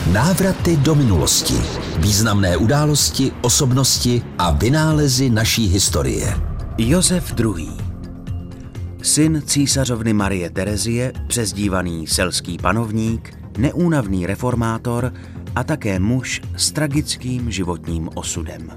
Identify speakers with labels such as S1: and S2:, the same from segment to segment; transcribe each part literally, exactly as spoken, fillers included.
S1: Návraty do minulosti. Významné události, osobnosti a vynálezy naší historie.
S2: Josef druhý. Syn císařovny Marie Terezie, přezdívaný selský panovník, neúnavný reformátor a také muž s tragickým životním osudem.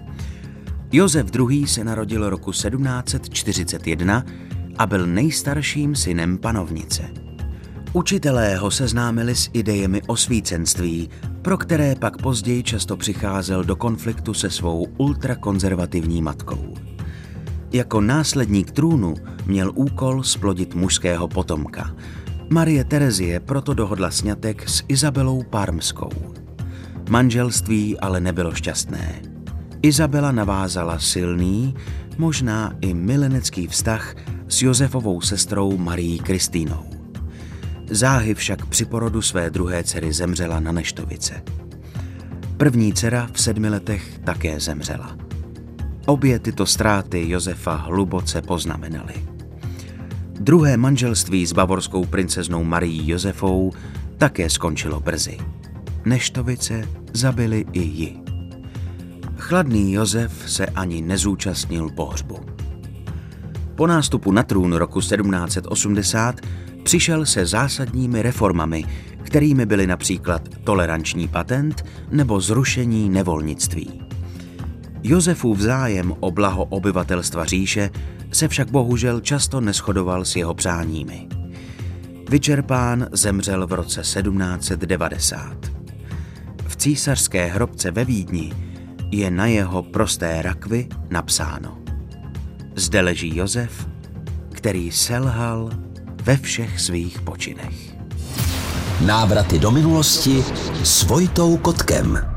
S2: Josef druhý. se narodil roku sedmnáct set čtyřicet jedna a byl nejstarším synem panovnice. Učitelé ho seznámili s idejemi osvícenství, pro které pak později často přicházel do konfliktu se svou ultrakonzervativní matkou. Jako následník trůnu měl úkol splodit mužského potomka. Marie Terezie proto dohodla sňatek s Izabelou Parmskou. Manželství ale nebylo šťastné. Izabela navázala silný, možná i milenecký vztah s Josefovou sestrou Marií Kristýnou. Záhy však při porodu své druhé dcery zemřela na neštovice. První dcera v sedmi letech také zemřela. Obě tyto ztráty Josefa hluboce poznamenaly. Druhé manželství s bavorskou princeznou Marií Josefou také skončilo brzy. Neštovice zabily i ji. Chladný Josef se ani nezúčastnil pohřbu. Po nástupu na trůn roku sedmnáct set osmdesát přišel se zásadními reformami, kterými byly například toleranční patent nebo zrušení nevolnictví. Josefův zájem o blaho obyvatelstva říše se však bohužel často neshodoval s jeho přáními. Vyčerpán zemřel v roce sedmnáct set devadesát. V císařské hrobce ve Vídni je na jeho prosté rakvi napsáno: Zde leží Josef, který selhal ve všech svých počinech.
S1: Návraty do minulosti s Vojtou Kotkem.